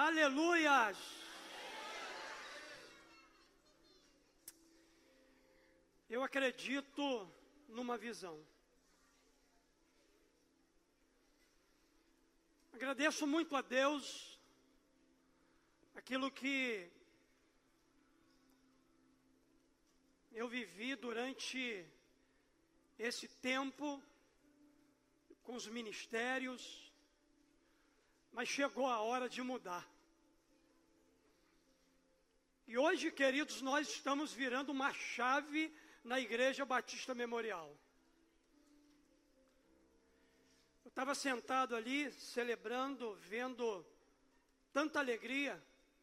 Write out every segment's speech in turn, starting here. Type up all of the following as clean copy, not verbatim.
Aleluias! Eu acredito numa visão. Agradeço muito a Deus aquilo que eu vivi durante esse tempo com os ministérios, mas chegou a hora de mudar. E hoje, queridos, nós estamos virando uma chave na Igreja Batista Memorial. Eu estava sentado ali, celebrando, vendo tanta alegria,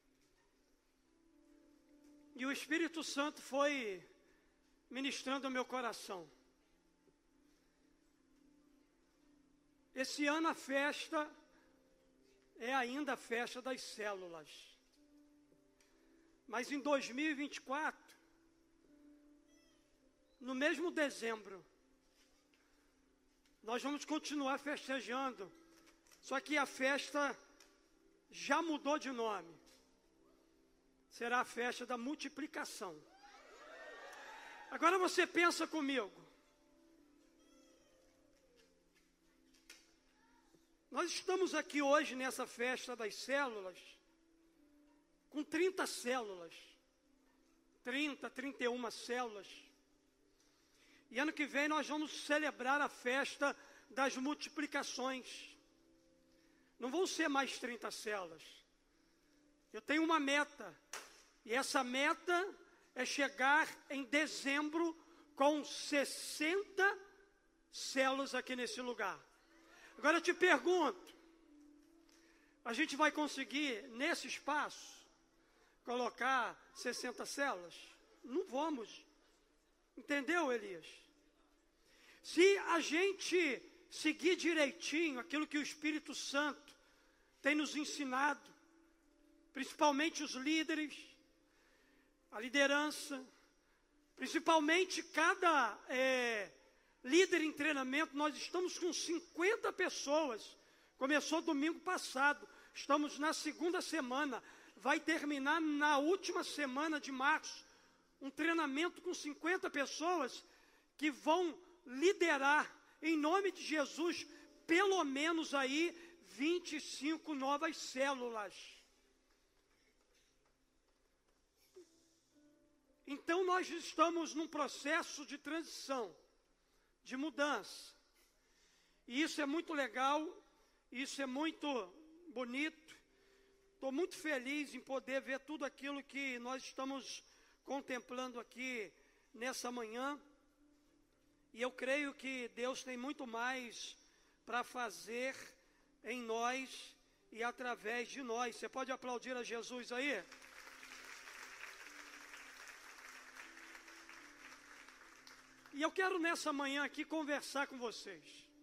e o Espírito Santo foi ministrando ao meu coração. Esse ano a festa é ainda a festa das células. Mas em 2024, no mesmo dezembro, nós vamos continuar festejando. Só que a festa já mudou de nome. Será a festa da multiplicação. Agora você pensa comigo. Nós estamos aqui hoje nessa festa das células, com 30 células, 31 células. E ano que vem nós vamos celebrar a festa das multiplicações. Não vão ser mais 30 células. Eu tenho uma meta, e essa meta é chegar em dezembro com 60 células aqui nesse lugar. Agora eu te pergunto, a gente vai conseguir, nesse espaço, colocar 60 células? Não vamos. Entendeu, Elias? Se a gente seguir direitinho aquilo que o Espírito Santo tem nos ensinado, principalmente os líderes, a liderança, principalmente cada líder em treinamento, nós estamos com 50 pessoas. Começou domingo passado, estamos na segunda semana, vai terminar na última semana de março. Um treinamento com 50 pessoas que vão liderar, em nome de Jesus, pelo menos aí 25 novas células. Então nós estamos num processo de transição, de mudança. E isso é muito legal, isso é muito bonito. Estou muito feliz em poder ver tudo aquilo que nós estamos contemplando aqui nessa manhã. E eu creio que Deus tem muito mais para fazer em nós e através de nós. Você pode aplaudir a Jesus aí? E eu quero nessa manhã aqui conversar com vocês.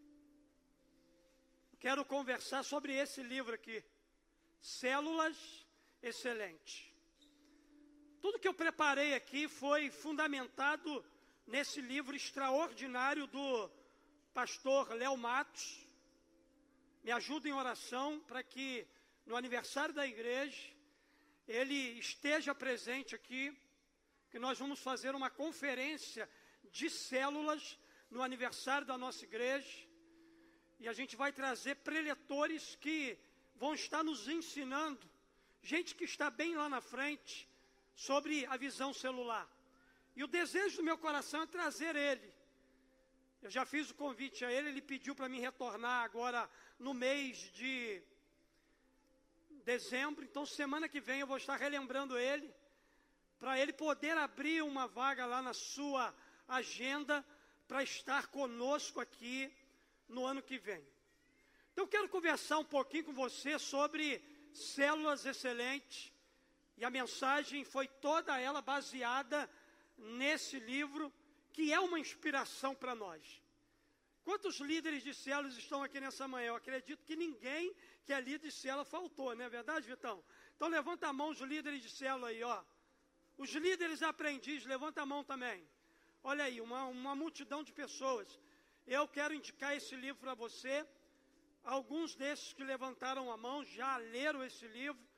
Quero conversar sobre esse livro aqui, Células Excelentes. Tudo que eu preparei aqui foi fundamentado nesse livro extraordinário do pastor Léo Matos. Me ajuda em oração para que no aniversário da igreja ele esteja presente aqui, que nós vamos fazer uma conferência de células no aniversário da nossa igreja. E a gente vai trazer preletores que vão estar nos ensinando, gente que está bem lá na frente, sobre a visão celular. E o desejo do meu coração é trazer ele. Eu já fiz o convite a ele, ele pediu para mim retornar agora no mês de dezembro. Então semana que vem eu vou estar relembrando ele, para ele poder abrir uma vaga lá na sua agenda, para estar conosco aqui no ano que vem. Então eu quero conversar um pouquinho com você sobre células excelentes. E a mensagem foi toda ela baseada nesse livro, que é uma inspiração para nós. Quantos líderes de células estão aqui nessa manhã? Eu acredito que ninguém que é líder de célula faltou, não é verdade, Vitão? Então levanta a mão os líderes de célula aí, ó. Os líderes aprendizes, levanta a mão também. Olha aí, uma multidão de pessoas. Eu quero indicar esse livro para você. Alguns desses que levantaram a mão já leram esse livro.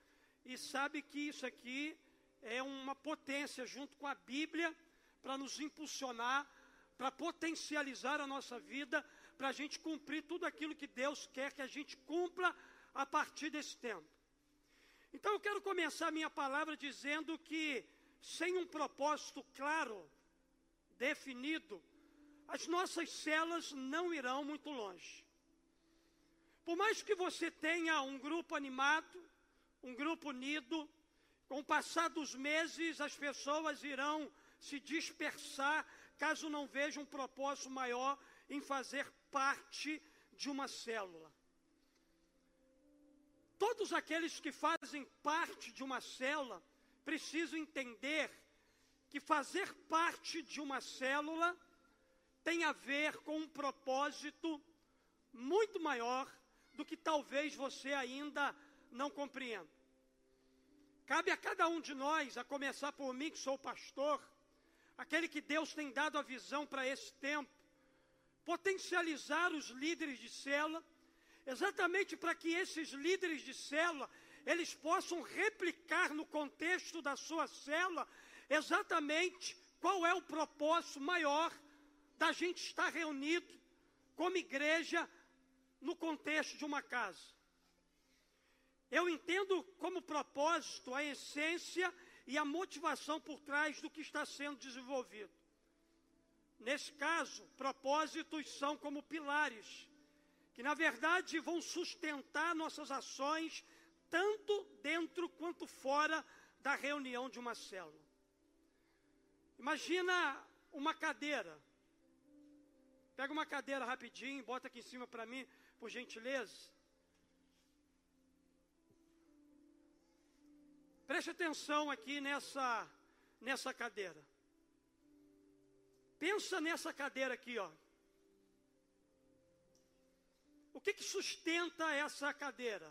e sabe que isso aqui é uma potência junto com a Bíblia para nos impulsionar, para potencializar a nossa vida, para a gente cumprir tudo aquilo que Deus quer que a gente cumpra a partir desse tempo. Então eu quero começar a minha palavra dizendo que sem um propósito claro, definido, as nossas células não irão muito longe. Por mais que você tenha um grupo animado, um grupo unido, com o passar dos meses as pessoas irão se dispersar, caso não vejam um propósito maior em fazer parte de uma célula. Todos aqueles que fazem parte de uma célula precisam entender que fazer parte de uma célula tem a ver com um propósito muito maior do que talvez você ainda não compreenda. Cabe a cada um de nós, a começar por mim que sou pastor, aquele que Deus tem dado a visão para esse tempo, potencializar os líderes de célula, exatamente para que esses líderes de célula, eles possam replicar no contexto da sua célula, exatamente qual é o propósito maior da gente estar reunido como igreja no contexto de uma casa. Eu entendo como propósito a essência e a motivação por trás do que está sendo desenvolvido. Nesse caso, propósitos são como pilares, que na verdade vão sustentar nossas ações, tanto dentro quanto fora da reunião de uma célula. Imagina uma cadeira. Pega uma cadeira rapidinho, bota aqui em cima para mim, por gentileza. Preste atenção aqui nessa cadeira. Pensa nessa cadeira aqui, ó. O que sustenta essa cadeira?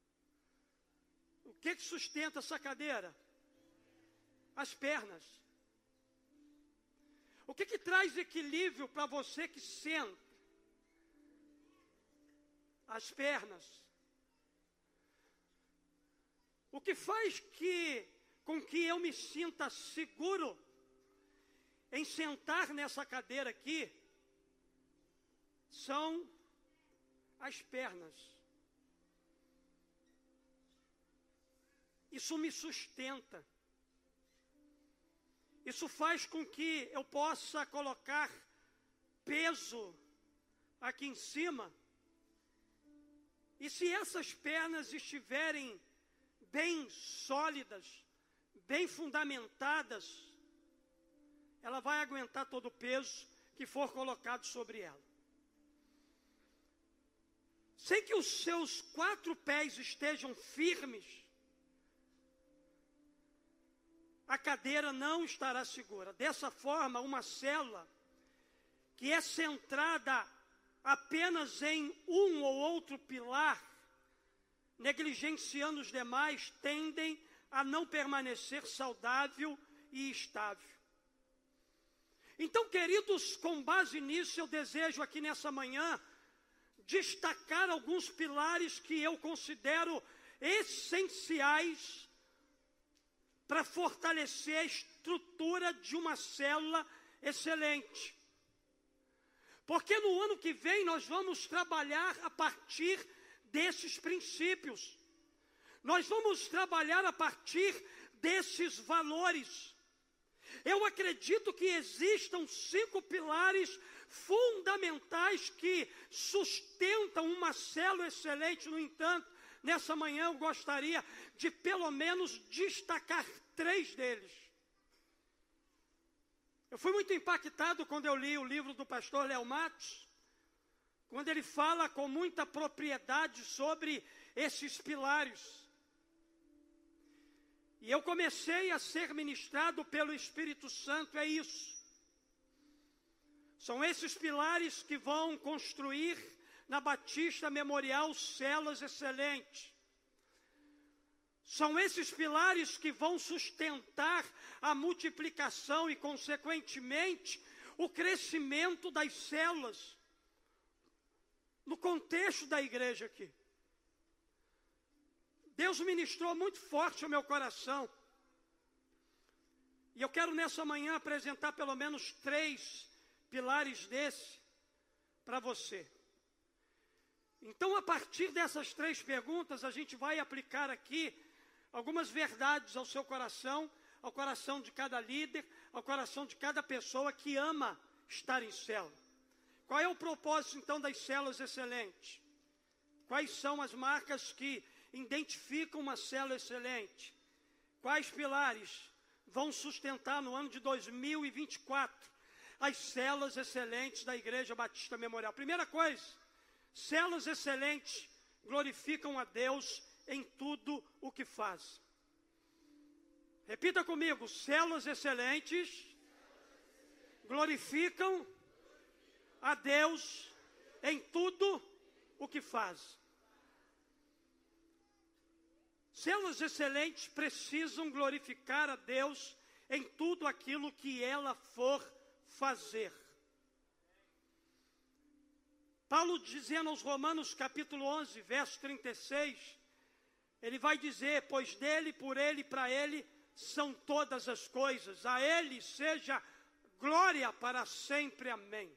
O que sustenta essa cadeira? As pernas. O que traz equilíbrio para você que senta? As pernas. O que faz com que eu me sinta seguro em sentar nessa cadeira aqui são as pernas. Isso me sustenta. Isso faz com que eu possa colocar peso aqui em cima. E se essas pernas estiverem bem sólidas, bem fundamentadas, ela vai aguentar todo o peso que for colocado sobre ela. Sem que os seus 4 pés estejam firmes, a cadeira não estará segura. Dessa forma, uma célula que é centrada apenas em um ou outro pilar, negligenciando os demais, tendem a não permanecer saudável e estável. Então, queridos, com base nisso, eu desejo aqui nessa manhã destacar alguns pilares que eu considero essenciais para fortalecer a estrutura de uma célula excelente. Porque no ano que vem nós vamos trabalhar a partir desses princípios. Nós vamos trabalhar a partir desses valores. Eu acredito que existam 5 pilares fundamentais que sustentam uma célula excelente. No entanto, nessa manhã eu gostaria de pelo menos destacar 3 deles. Eu fui muito impactado quando eu li o livro do pastor Léo Matos, quando ele fala com muita propriedade sobre esses pilares. E eu comecei a ser ministrado pelo Espírito Santo, é isso. São esses pilares que vão construir na Batista Memorial células excelentes. São esses pilares que vão sustentar a multiplicação e, consequentemente, o crescimento das células no contexto da igreja aqui. Deus ministrou muito forte ao meu coração. E eu quero nessa manhã apresentar pelo menos 3 pilares desse para você. Então, a partir dessas 3 perguntas, a gente vai aplicar aqui algumas verdades ao seu coração, ao coração de cada líder, ao coração de cada pessoa que ama estar em célula. Qual é o propósito, então, das células excelentes? Quais são as marcas que identificam uma célula excelente? Quais pilares vão sustentar no ano de 2024 as células excelentes da Igreja Batista Memorial? Primeira coisa, células excelentes glorificam a Deus em tudo o que faz. Repita comigo, células excelentes glorificam a Deus em tudo o que faz. Células excelentes precisam glorificar a Deus em tudo aquilo que ela for fazer. Paulo dizendo aos Romanos capítulo 11, verso 36, ele vai dizer, pois dele, por ele e para ele são todas as coisas, a ele seja glória para sempre, amém.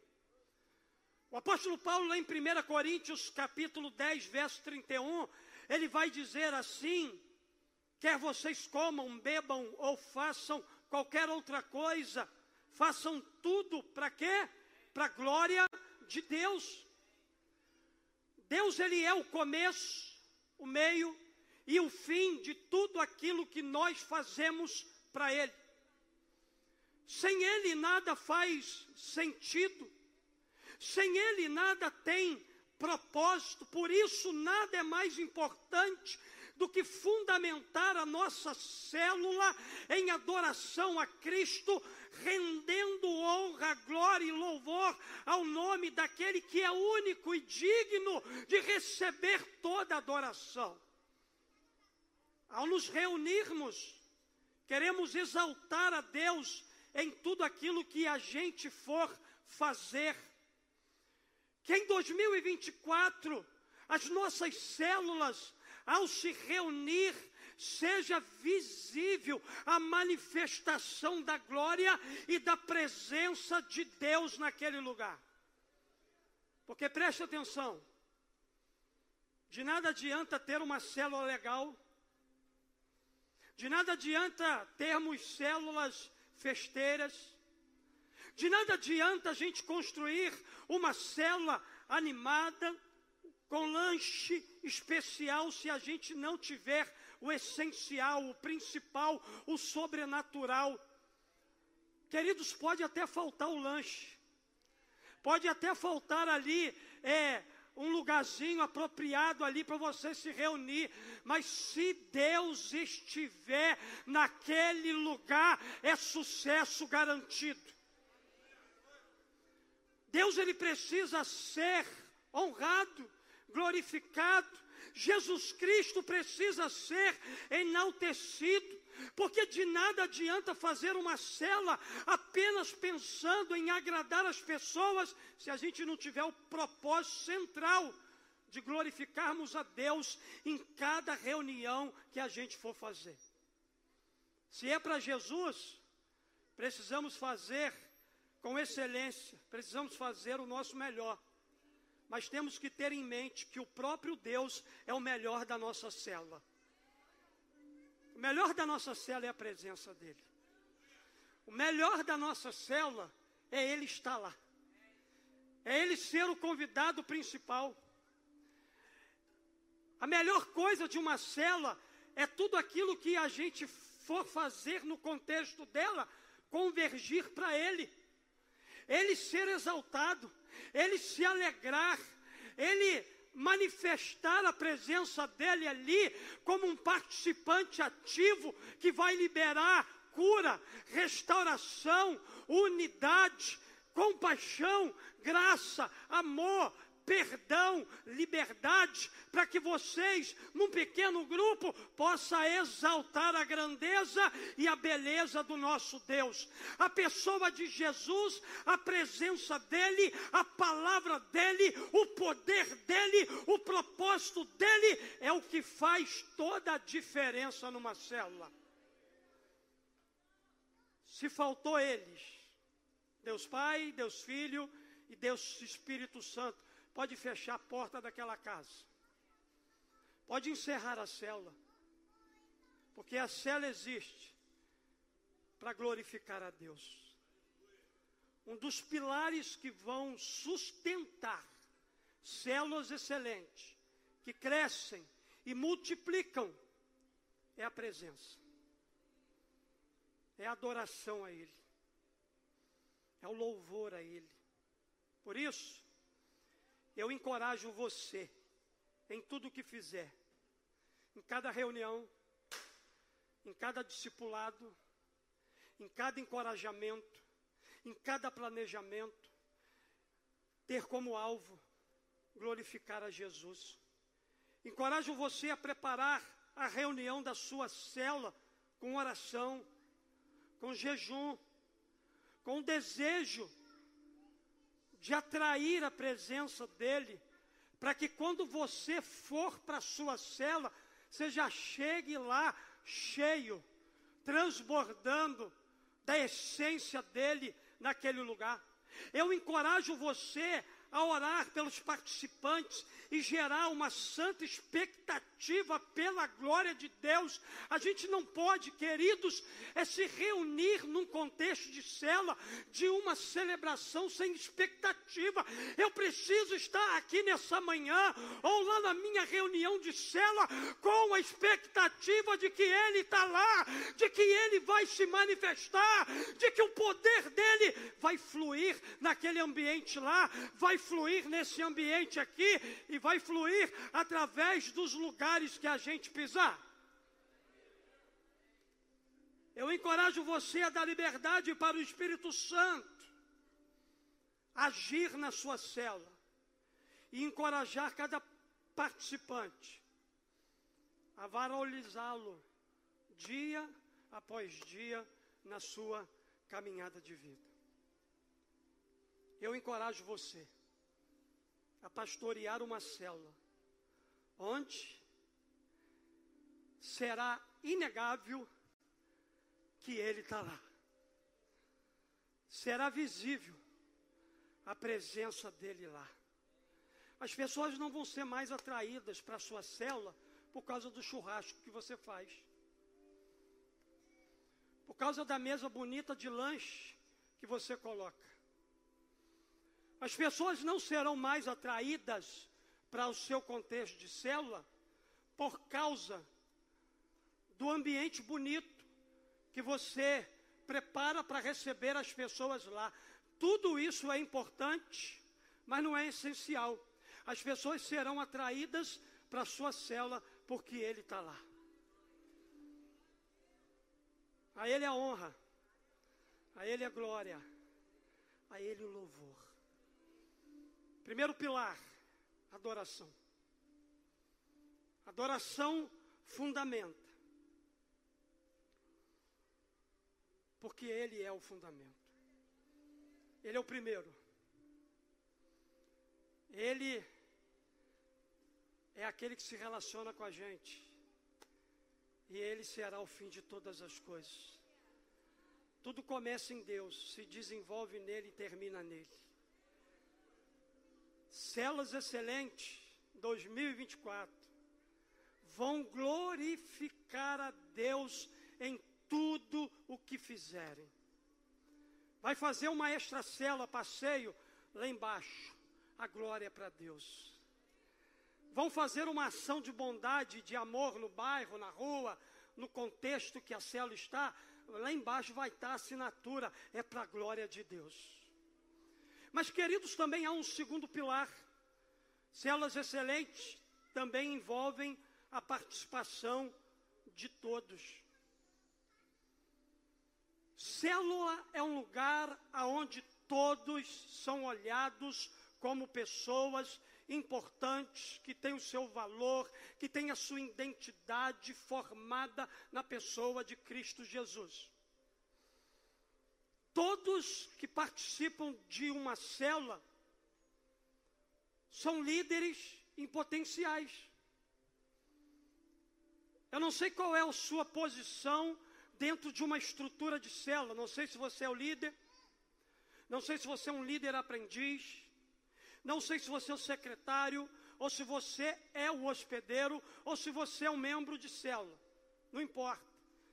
O apóstolo Paulo, lá em 1 Coríntios capítulo 10, verso 31, ele vai dizer assim, quer vocês comam, bebam ou façam qualquer outra coisa, façam tudo para quê? Para a glória de Deus. Deus, ele é o começo, o meio e o fim de tudo aquilo que nós fazemos para ele. Sem ele nada faz sentido. Sem ele nada tem propósito. Por isso nada é mais importante do que fundamentar a nossa célula em adoração a Cristo, rendendo honra, glória e louvor ao nome daquele que é único e digno de receber toda adoração. Ao nos reunirmos, queremos exaltar a Deus em tudo aquilo que a gente for fazer. Que em 2024, as nossas células, ao se reunir, seja visível a manifestação da glória e da presença de Deus naquele lugar. Porque preste atenção, de nada adianta ter uma célula legal, de nada adianta termos células festeiras, de nada adianta a gente construir uma célula animada, com lanche especial, se a gente não tiver o essencial, o principal, o sobrenatural. Queridos, pode até faltar o lanche, pode até faltar ali um lugarzinho apropriado ali para você se reunir, mas se Deus estiver naquele lugar, é sucesso garantido. Deus, ele precisa ser honrado, glorificado. Jesus Cristo precisa ser enaltecido, porque de nada adianta fazer uma célula apenas pensando em agradar as pessoas, se a gente não tiver o propósito central de glorificarmos a Deus em cada reunião que a gente for fazer. Se é para Jesus, precisamos fazer com excelência, precisamos fazer o nosso melhor. Mas temos que ter em mente que o próprio Deus é o melhor da nossa célula. O melhor da nossa célula é a presença dEle. O melhor da nossa célula é Ele estar lá. É Ele ser o convidado principal. A melhor coisa de uma célula é tudo aquilo que a gente for fazer no contexto dela, convergir para Ele. Ele ser exaltado, Ele se alegrar, Ele manifestar a presença dEle ali como um participante ativo que vai liberar cura, restauração, unidade, compaixão, graça, amor, perdão, liberdade, para que vocês, num pequeno grupo, possam exaltar a grandeza e a beleza do nosso Deus. A pessoa de Jesus, a presença dEle, a palavra dEle, o poder dEle, o propósito dEle, é o que faz toda a diferença numa célula. Se faltou eles, Deus Pai, Deus Filho e Deus Espírito Santo, pode fechar a porta daquela casa. Pode encerrar a célula. Porque a célula existe para glorificar a Deus. Um dos pilares que vão sustentar células excelentes, que crescem e multiplicam, é a presença. É a adoração a Ele. É o louvor a Ele. Por isso, eu encorajo você, em tudo o que fizer, em cada reunião, em cada discipulado, em cada encorajamento, em cada planejamento, ter como alvo glorificar a Jesus. Encorajo você a preparar a reunião da sua célula com oração, com jejum, com o desejo de atrair a presença dEle, para que quando você for para a sua célula, você já chegue lá cheio, transbordando da essência dEle naquele lugar. Eu encorajo você a orar pelos participantes e gerar uma santa expectativa pela glória de Deus. A gente não pode, queridos, se reunir num contexto de célula, de uma celebração sem expectativa. Eu preciso estar aqui nessa manhã, ou lá na minha reunião de célula, com a expectativa de que Ele está lá, de que Ele vai se manifestar, de que o poder dEle vai fluir naquele ambiente lá, vai fluir nesse ambiente aqui e vai fluir através dos lugares que a gente pisar. Eu encorajo você a dar liberdade para o Espírito Santo agir na sua célula e encorajar cada participante a valorizá-lo dia após dia na sua caminhada de vida. Eu encorajo você a pastorear uma célula, onde será inegável que Ele está lá. Será visível a presença dEle lá. As pessoas não vão ser mais atraídas para a sua célula por causa do churrasco que você faz, por causa da mesa bonita de lanche que você coloca. As pessoas não serão mais atraídas para o seu contexto de célula por causa do ambiente bonito que você prepara para receber as pessoas lá. Tudo isso é importante, mas não é essencial. As pessoas serão atraídas para a sua célula porque Ele está lá. A Ele a honra, a Ele a glória, a Ele o louvor. Primeiro pilar, adoração. Adoração fundamenta. Porque Ele é o fundamento. Ele é o primeiro. Ele é aquele que se relaciona com a gente. E Ele será o fim de todas as coisas. Tudo começa em Deus, se desenvolve nele e termina nele. Células Excelentes 2024 vão glorificar a Deus em tudo o que fizerem. Vai fazer uma extra célula, passeio, lá embaixo. A glória é para Deus. Vão fazer uma ação de bondade, de amor no bairro, na rua, no contexto que a célula está. Lá embaixo vai estar a assinatura, é para a glória de Deus. Mas, queridos, também há um segundo pilar. Células excelentes também envolvem a participação de todos. Célula é um lugar onde todos são olhados como pessoas importantes, que têm o seu valor, que têm a sua identidade formada na pessoa de Cristo Jesus. Todos que participam de uma célula são líderes em potenciais. Eu não sei qual é a sua posição dentro de uma estrutura de célula. Não sei se você é o líder, não sei se você é um líder aprendiz, não sei se você é o secretário, ou se você é o hospedeiro, ou se você é um membro de célula. Não importa.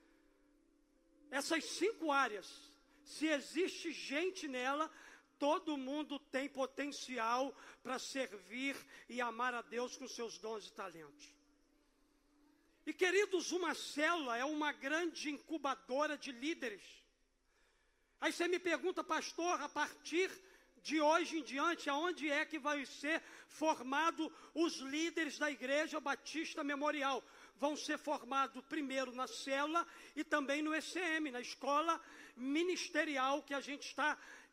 Essas 5 áreas, se existe gente nela, todo mundo tem potencial para servir e amar a Deus com seus dons e talentos. E queridos, uma célula é uma grande incubadora de líderes. Aí você me pergunta, pastor, a partir de hoje em diante, aonde é que vai ser formado os líderes da Igreja Batista Memorial? Vão ser formados primeiro na célula e também no ECM, na escola ministerial que a gente está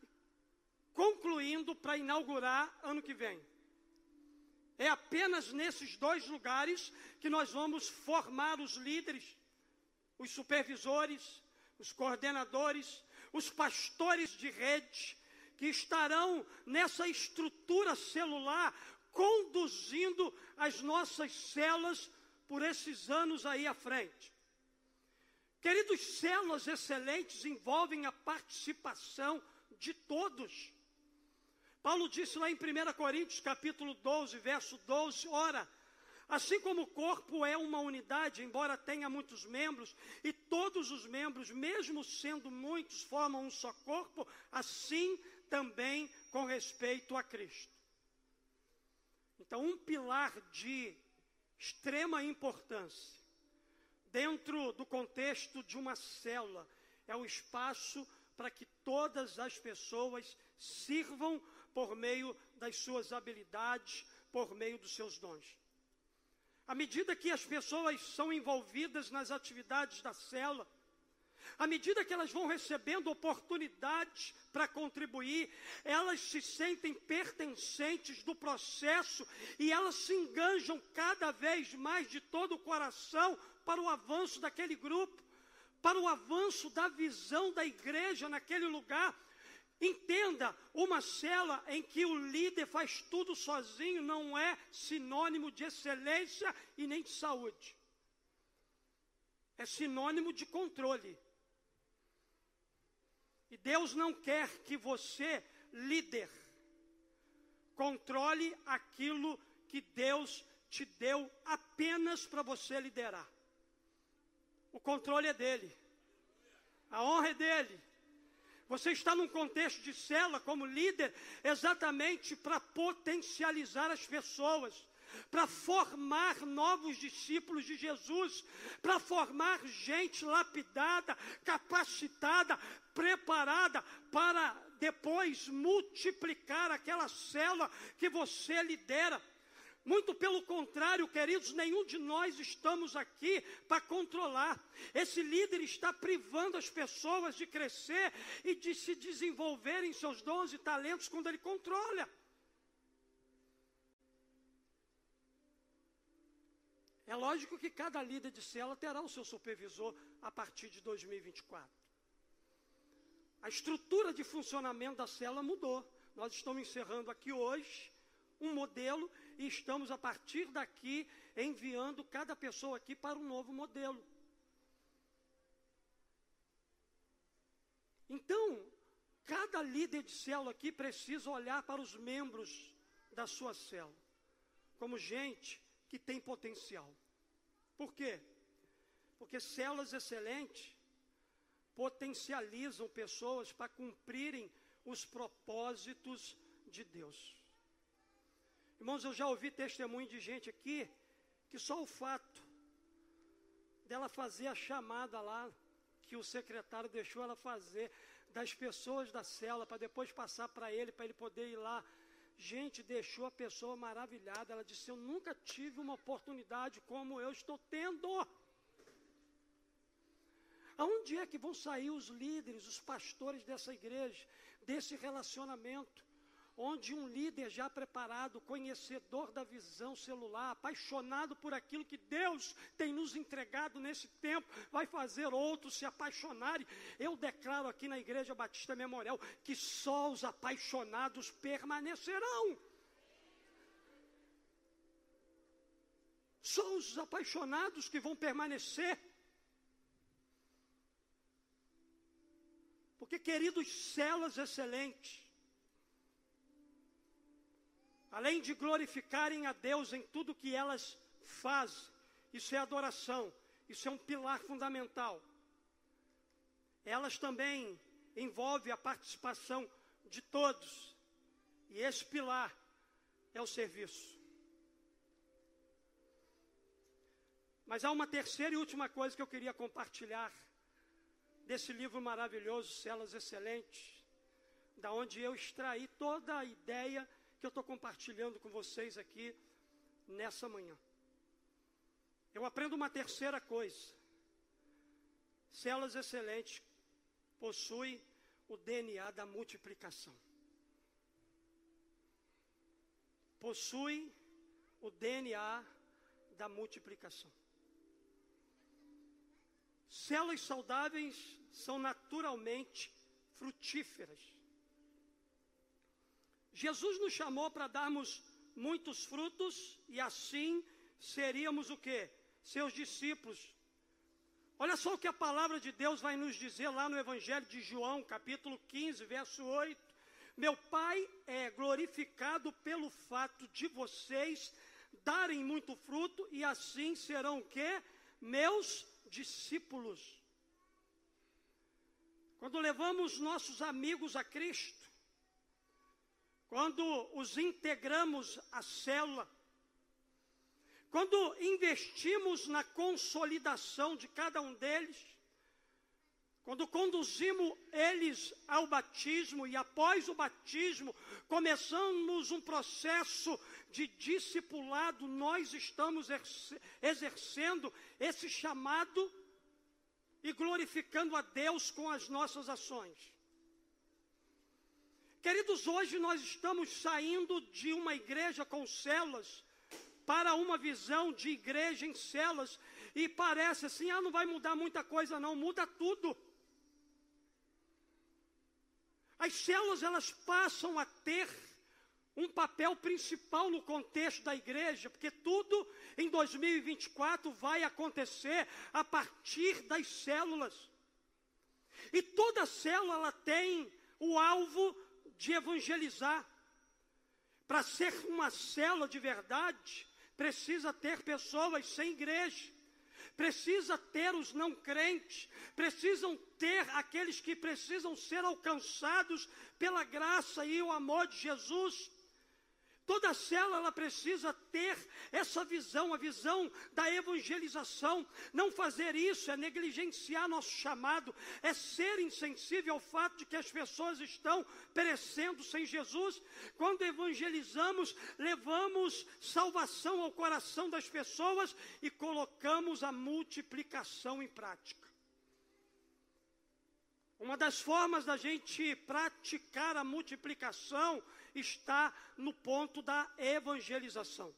concluindo para inaugurar ano que vem. É apenas nesses 2 lugares que nós vamos formar os líderes, os supervisores, os coordenadores, os pastores de rede, que estarão nessa estrutura celular, conduzindo as nossas células por esses anos aí à frente. Queridos, células excelentes envolvem a participação de todos. Paulo disse lá em 1 Coríntios, capítulo 12, verso 12, ora, assim como o corpo é uma unidade, embora tenha muitos membros, e todos os membros, mesmo sendo muitos, formam um só corpo, assim também com respeito a Cristo. Então, um pilar de extrema importância, dentro do contexto de uma célula, é o espaço para que todas as pessoas sirvam por meio das suas habilidades, por meio dos seus dons. À medida que as pessoas são envolvidas nas atividades da célula, à medida que elas vão recebendo oportunidades para contribuir, elas se sentem pertencentes do processo e elas se enganjam cada vez mais de todo o coração para o avanço daquele grupo, para o avanço da visão da igreja naquele lugar. Entenda, uma célula em que o líder faz tudo sozinho não é sinônimo de excelência e nem de saúde. É sinônimo de controle. E Deus não quer que você, líder, controle aquilo que Deus te deu apenas para você liderar. O controle é dele. A honra é dele. Você está num contexto de célula como líder exatamente para potencializar as pessoas, para formar novos discípulos de Jesus, para formar gente lapidada, capacitada, preparada para depois multiplicar aquela célula que você lidera. Muito pelo contrário, queridos, nenhum de nós estamos aqui para controlar. Esse líder está privando as pessoas de crescer e de se desenvolver em seus dons e talentos quando ele controla. É lógico que cada líder de célula terá o seu supervisor a partir de 2024. A estrutura de funcionamento da célula mudou. Nós estamos encerrando aqui hoje um modelo e estamos a partir daqui enviando cada pessoa aqui para um novo modelo. Então, cada líder de célula aqui precisa olhar para os membros da sua célula como gente que tem potencial. Por quê? Porque células excelentes potencializam pessoas para cumprirem os propósitos de Deus. Irmãos, eu já ouvi testemunho de gente aqui que só o fato dela fazer a chamada lá, que o secretário deixou ela fazer, das pessoas da célula, para depois passar para ele poder ir lá. Gente, deixou a pessoa maravilhada. Ela disse, eu nunca tive uma oportunidade como eu estou tendo. Aonde é que vão sair os líderes, os pastores dessa igreja, desse relacionamento? onde um líder já preparado, conhecedor da visão celular, apaixonado por aquilo que Deus tem nos entregado nesse tempo, vai fazer outros se apaixonarem. Eu declaro aqui na Igreja Batista Memorial que só os apaixonados permanecerão. Só os apaixonados que vão permanecer. Porque, queridos, células excelentes, além de glorificarem a Deus em tudo que elas fazem, isso é adoração, isso é um pilar fundamental. Elas também envolvem a participação de todos, e esse pilar é o serviço. Mas há uma terceira e última coisa que eu queria compartilhar desse livro maravilhoso, Células Excelentes, da onde eu extraí toda a ideia que eu estou compartilhando com vocês aqui nessa manhã. Eu aprendo uma terceira coisa. Células Excelentes possuem o DNA da multiplicação. Possui o DNA da multiplicação. Células saudáveis são naturalmente frutíferas. Jesus nos chamou para darmos muitos frutos e assim seríamos o quê? Seus discípulos. Olha só o que a palavra de Deus vai nos dizer lá no Evangelho de João, capítulo 15, verso 8. Meu Pai é glorificado pelo fato de vocês darem muito fruto e assim serão o quê? Meus discípulos. Quando levamos nossos amigos a Cristo, quando os integramos à célula, quando investimos na consolidação de cada um deles, quando conduzimos eles ao batismo e após o batismo começamos um processo de discipulado, nós estamos exercendo esse chamado e glorificando a Deus com as nossas ações. Queridos, hoje nós estamos saindo de uma igreja com células para uma visão de igreja em células e parece assim, não vai mudar muita coisa não, muda tudo. As células, elas passam a ter um papel principal no contexto da igreja, porque tudo em 2024 vai acontecer a partir das células. E toda célula, ela tem o alvo de evangelizar. Para ser uma célula de verdade, precisa ter pessoas sem igreja. Precisa ter os não crentes, precisam ter aqueles que precisam ser alcançados pela graça e o amor de Jesus. Toda célula, ela precisa ter essa visão, a visão da evangelização. Não fazer isso é negligenciar nosso chamado, é ser insensível ao fato de que as pessoas estão perecendo sem Jesus. Quando evangelizamos, levamos salvação ao coração das pessoas e colocamos a multiplicação em prática. Uma das formas da gente praticar a multiplicação está no ponto da evangelização.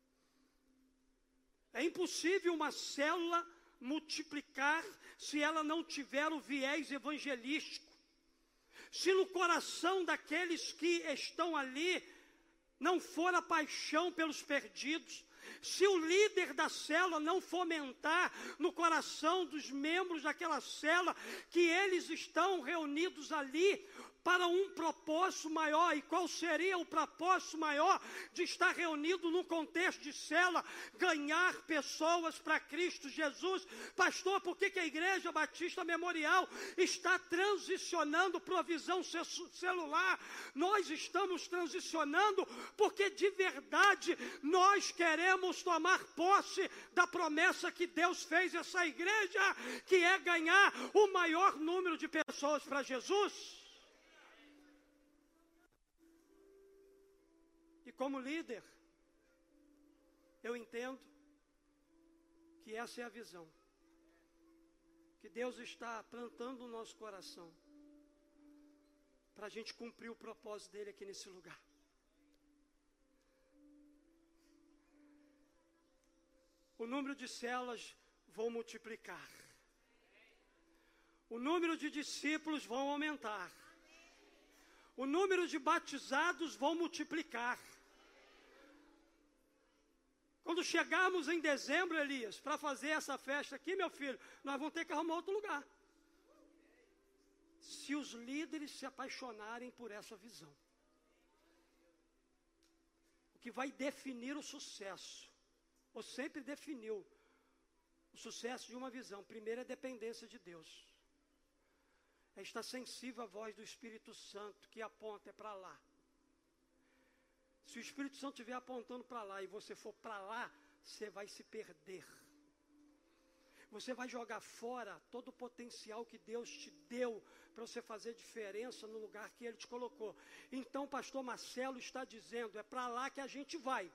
É impossível uma célula multiplicar se ela não tiver o viés evangelístico. Se no coração daqueles que estão ali não for a paixão pelos perdidos, se o líder da célula não fomentar no coração dos membros daquela célula que eles estão reunidos ali para um propósito maior. E qual seria o propósito maior de estar reunido num contexto de célula? Ganhar pessoas para Cristo Jesus. Pastor, por que a Igreja Batista Memorial está transicionando para a visão celular? Nós estamos transicionando porque de verdade nós queremos tomar posse da promessa que Deus fez a essa igreja, que é ganhar o maior número de pessoas para Jesus. E como líder, eu entendo que essa é a visão que Deus está plantando no nosso coração, para a gente cumprir o propósito dele aqui nesse lugar. O número de células vão multiplicar. O número de discípulos vão aumentar. O número de batizados vão multiplicar. Quando chegarmos em dezembro, Elias, para fazer essa festa aqui, meu filho, nós vamos ter que arrumar outro lugar. Se os líderes se apaixonarem por essa visão. O que vai definir o sucesso, ou sempre definiu o sucesso de uma visão, primeiro é dependência de Deus. É estar sensível à voz do Espírito Santo, que aponta, é para lá. Se o Espírito Santo estiver apontando para lá e você for para lá, você vai se perder. Você vai jogar fora todo o potencial que Deus te deu para você fazer diferença no lugar que Ele te colocou. Então o pastor Marcelo está dizendo, é para lá que a gente vai.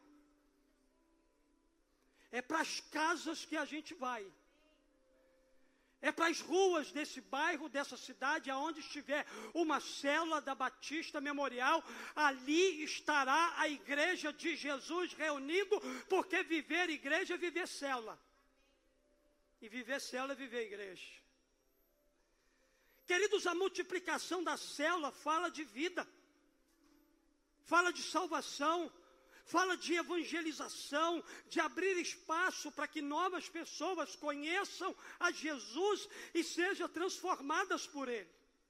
É para as casas que a gente vai. É para as ruas desse bairro, dessa cidade, aonde estiver uma célula da Batista Memorial, ali estará a igreja de Jesus reunido, porque viver igreja é viver célula. E viver célula é viver igreja. Queridos, a multiplicação da célula fala de vida, fala de salvação, fala de evangelização, de abrir espaço para que novas pessoas conheçam a Jesus e sejam transformadas por Ele.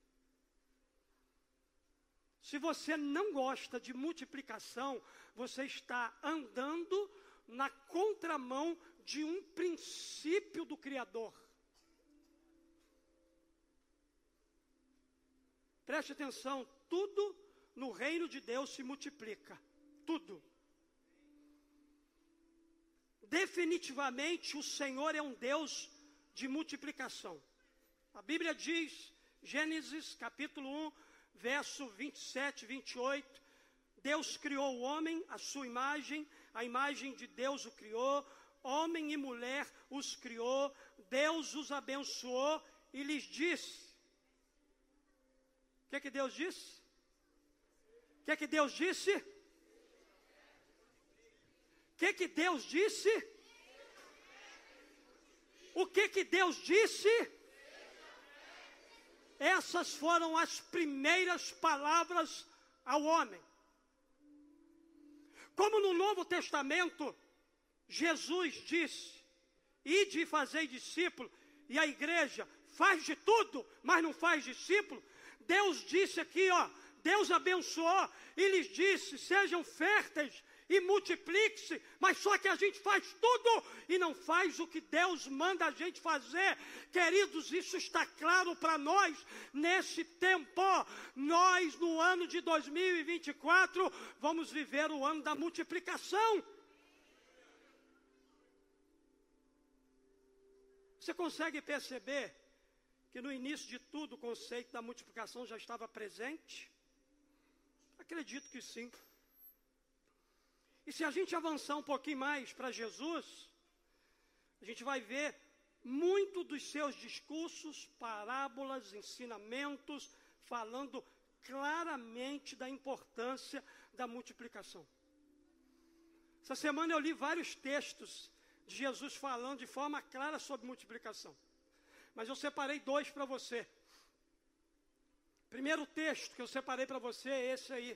Se você não gosta de multiplicação, você está andando na contramão de um princípio do Criador. Preste atenção, tudo no reino de Deus se multiplica, tudo. Definitivamente o Senhor é um Deus de multiplicação. A Bíblia diz, Gênesis capítulo 1, verso 27 e 28, Deus criou o homem, a sua imagem, a imagem de Deus o criou, homem e mulher os criou, Deus os abençoou e lhes disse. O que Deus disse? O que Deus disse? O que Deus disse? O que Deus disse? Essas foram as primeiras palavras ao homem. Como no Novo Testamento, Jesus disse, ide e fazei discípulo, e a igreja faz de tudo, mas não faz discípulo. Deus disse aqui, Deus abençoou e lhes disse, sejam férteis e multiplique-se, mas só que a gente faz tudo e não faz o que Deus manda a gente fazer. Queridos, isso está claro para nós nesse tempo. Nós no ano de 2024 vamos viver o ano da multiplicação. Você consegue perceber que no início de tudo o conceito da multiplicação já estava presente? Acredito que sim. E se a gente avançar um pouquinho mais para Jesus, a gente vai ver muito dos seus discursos, parábolas, ensinamentos, falando claramente da importância da multiplicação. Essa semana eu li vários textos de Jesus falando de forma clara sobre multiplicação. Mas eu separei dois para você. Primeiro texto que eu separei para você é esse aí.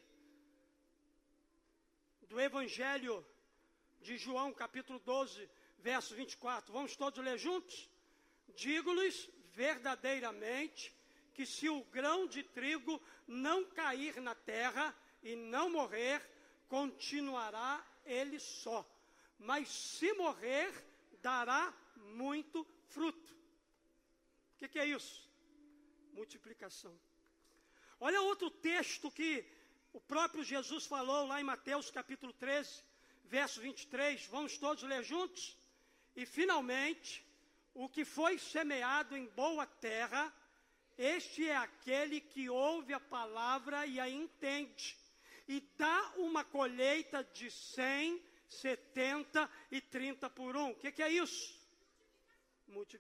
Do Evangelho de João, capítulo 12, verso 24. Vamos todos ler juntos? Digo-lhes verdadeiramente que se o grão de trigo não cair na terra e não morrer, continuará ele só. Mas se morrer, dará muito fruto. O que é isso? Multiplicação. Olha outro texto que o próprio Jesus falou lá em Mateus capítulo 13, verso 23, vamos todos ler juntos? E finalmente, o que foi semeado em boa terra, este é aquele que ouve a palavra e a entende, e dá uma colheita de 100, 70 e 30 por 1. O que é isso?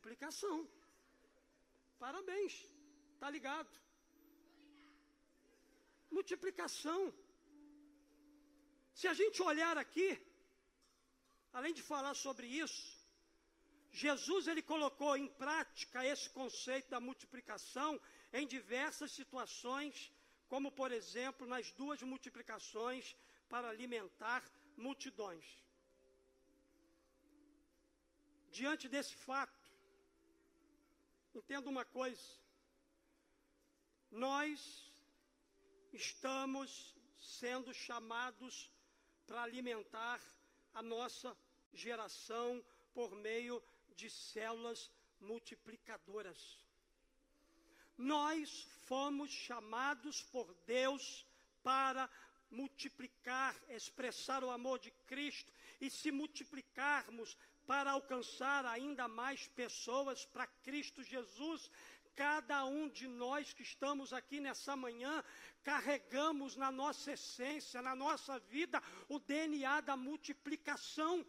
Multiplicação. Parabéns, tá ligado? Multiplicação. Se a gente olhar aqui, além de falar sobre isso, Jesus ele colocou em prática esse conceito da multiplicação em diversas situações, como por exemplo nas 2 multiplicações para alimentar multidões. Diante desse fato, entenda uma coisa: nós estamos sendo chamados para alimentar a nossa geração por meio de células multiplicadoras. Nós fomos chamados por Deus para multiplicar, expressar o amor de Cristo e se multiplicarmos para alcançar ainda mais pessoas para Cristo Jesus. Cada um de nós que estamos aqui nessa manhã, carregamos na nossa essência, na nossa vida, o DNA da multiplicação.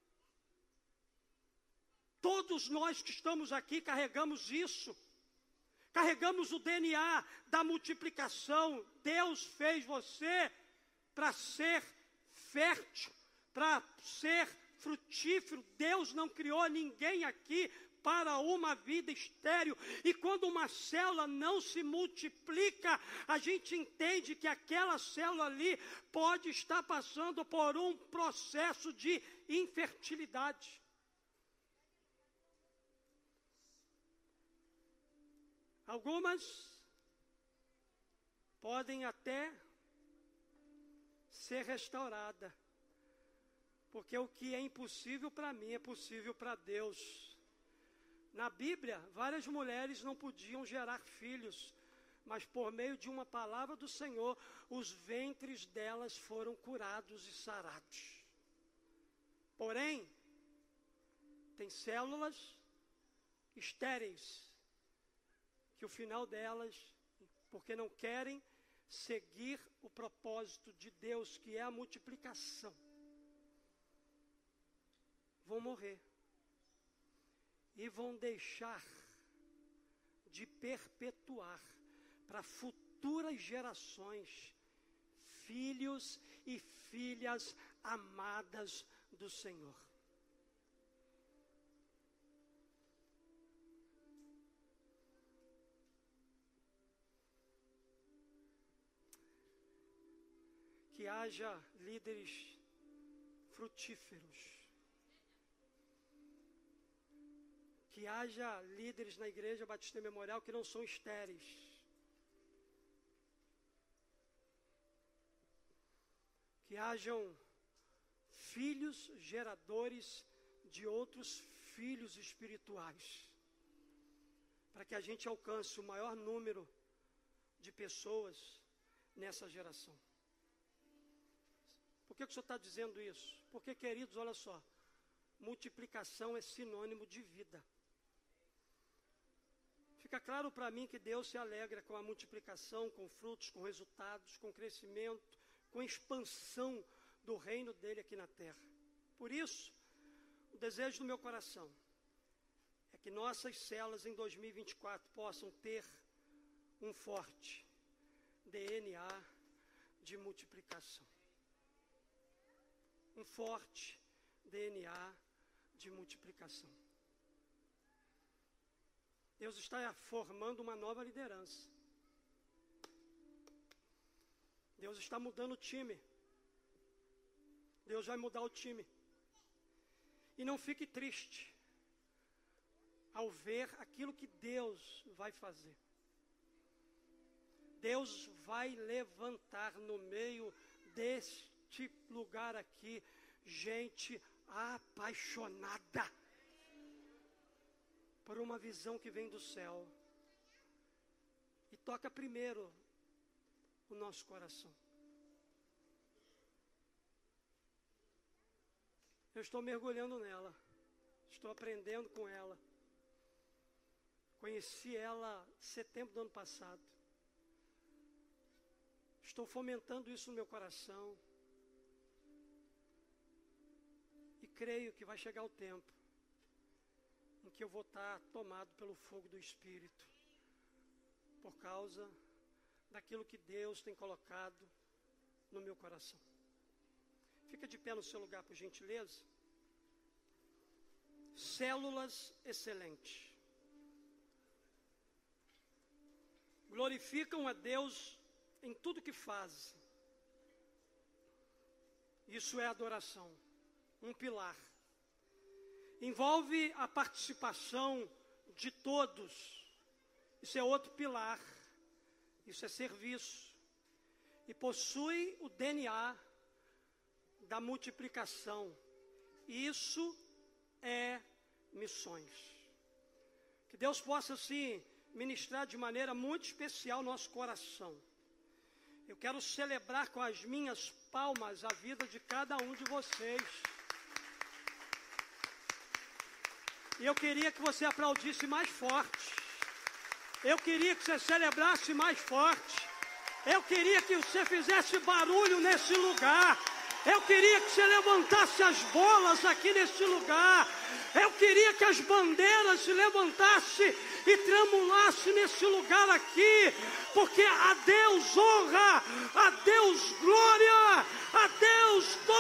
Todos nós que estamos aqui carregamos isso. Carregamos o DNA da multiplicação. Deus fez você para ser fértil, para ser frutífero. Deus não criou ninguém aqui para uma vida estéril. E quando uma célula não se multiplica, a gente entende que aquela célula ali pode estar passando por um processo de infertilidade. Algumas podem até ser restauradas, porque o que é impossível para mim é possível para Deus. Na Bíblia, várias mulheres não podiam gerar filhos, mas por meio de uma palavra do Senhor, os ventres delas foram curados e sarados. Porém, tem células estéreis, que o final delas, porque não querem seguir o propósito de Deus, que é a multiplicação, vão morrer. E vão deixar de perpetuar para futuras gerações filhos e filhas amadas do Senhor. Que haja líderes frutíferos. Que haja líderes na Igreja Batista Memorial que não são estéreis. Que hajam filhos geradores de outros filhos espirituais. Para que a gente alcance o maior número de pessoas nessa geração. Por que o senhor está dizendo isso? Porque, queridos, olha só, multiplicação é sinônimo de vida. Fica claro para mim que Deus se alegra com a multiplicação, com frutos, com resultados, com crescimento, com expansão do reino dele aqui na terra. Por isso, o desejo do meu coração é que nossas células em 2024 possam ter um forte DNA de multiplicação. Um forte DNA de multiplicação. Deus está formando uma nova liderança. Deus está mudando o time. Deus vai mudar o time. E não fique triste ao ver aquilo que Deus vai fazer. Deus vai levantar no meio deste lugar aqui gente apaixonada por uma visão que vem do céu e toca primeiro o nosso coração. Eu estou mergulhando nela, estou aprendendo com ela. Conheci ela em setembro do ano passado. Estou fomentando isso no meu coração. E creio que vai chegar o tempo em que eu vou estar tomado pelo fogo do Espírito, por causa daquilo que Deus tem colocado no meu coração. Fica de pé no seu lugar, por gentileza. Células excelentes. Glorificam a Deus em tudo que fazem. Isso é adoração, um pilar. Envolve a participação de todos. Isso é outro pilar. Isso é serviço. E possui o DNA da multiplicação. Isso é missões. Que Deus possa, assim, ministrar de maneira muito especial nosso coração. Eu quero celebrar com as minhas palmas a vida de cada um de vocês. E eu queria que você aplaudisse mais forte. Eu queria que você celebrasse mais forte. Eu queria que você fizesse barulho nesse lugar. Eu queria que você levantasse as bolas aqui nesse lugar. Eu queria que as bandeiras se levantassem e tremulassem nesse lugar aqui. Porque a Deus honra, a Deus glória, a Deus